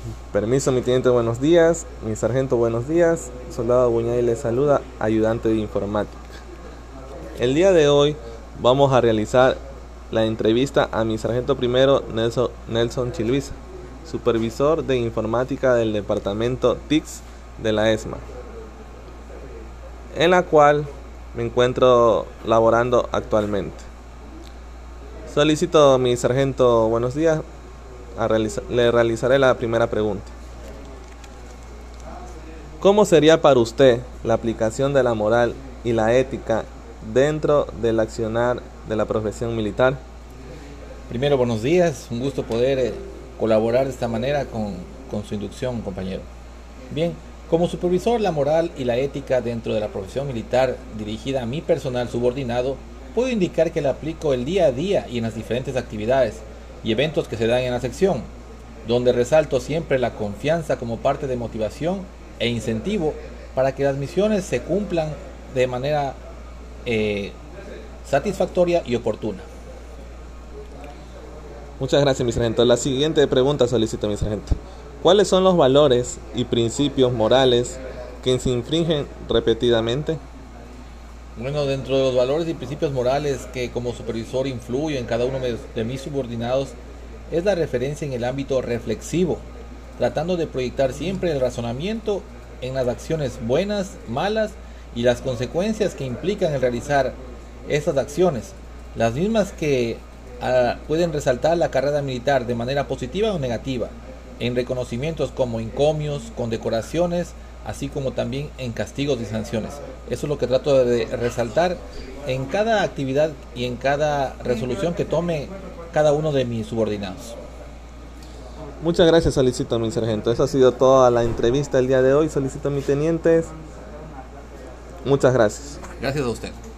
Permiso, mi teniente, buenos días. Mi sargento, buenos días. Soldado Buñay le saluda, ayudante de informática. El día de hoy vamos a realizar la entrevista a mi sargento primero Nelson Chiluisa, supervisor de informática del departamento TICS de la ESMA, en la cual me encuentro laborando actualmente. Solicito, mi sargento, buenos días. Le realizaré la primera pregunta. ¿Cómo sería para usted la aplicación de la moral y la ética dentro del accionar de la profesión militar? Primero, buenos días, un gusto poder colaborar de esta manera con su inducción, compañero. Bien, como supervisor, la moral y la ética dentro de la profesión militar dirigida a mi personal subordinado, puedo indicar que la aplico el día a día y en las diferentes actividades y eventos que se dan en la sección, donde resalto siempre la confianza como parte de motivación e incentivo para que las misiones se cumplan de manera satisfactoria y oportuna. Muchas gracias, mi sargento. La siguiente pregunta solicito, mi sargento. ¿Cuáles son los valores y principios morales que se infringen repetidamente? Bueno, dentro de los valores y principios morales que como supervisor influyo en cada uno de mis subordinados es la referencia en el ámbito reflexivo, tratando de proyectar siempre el razonamiento en las acciones buenas, malas y las consecuencias que implican el realizar estas acciones, las mismas que pueden resaltar la carrera militar de manera positiva o negativa, en reconocimientos como encomios, condecoraciones, así como también en castigos y sanciones. Eso es lo que trato de resaltar en cada actividad y en cada resolución que tome cada uno de mis subordinados. Muchas gracias, solicito, mi sargento. Eso ha sido toda la entrevista el día de hoy. Solicito, mi teniente. Muchas gracias. Gracias a usted.